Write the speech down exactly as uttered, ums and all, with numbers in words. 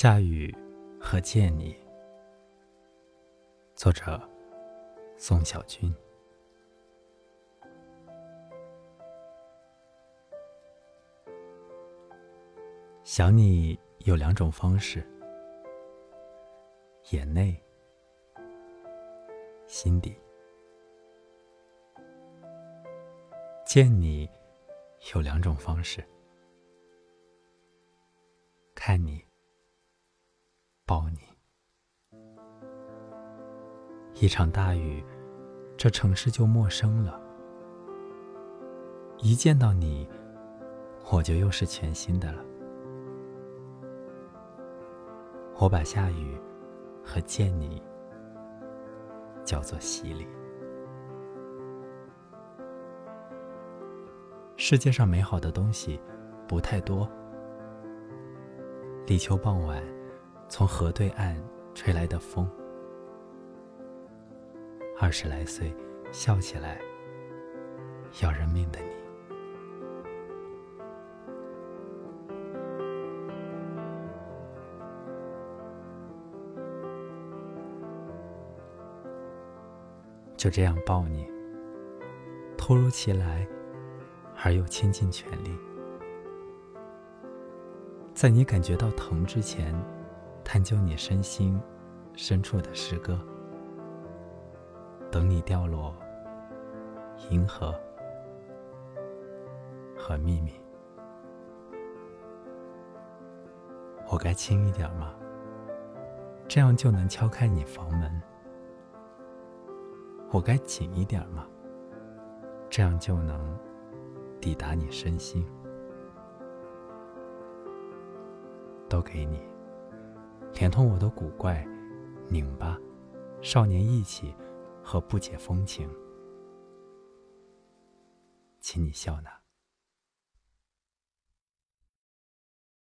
下雨和见你，作者宋小军。想你有两种方式，眼内、心底。见你有两种方式，看你、抱你。一场大雨，这城市就陌生了。一见到你，我就又是全新的了。我把下雨和见你叫做洗礼。世界上美好的东西不太多。立秋傍晚，从河对岸吹来的风，二十来岁笑起来要人命的你。就这样抱你，突如其来而又倾尽全力，在你感觉到疼之前，探究你身心深处的诗歌，等你掉落银河和秘密。我该轻一点吗？这样就能敲开你房门。我该紧一点吗？这样就能抵达你身心。都给你，连同我的古怪、拧巴、少年义气和不解风情，请你笑纳。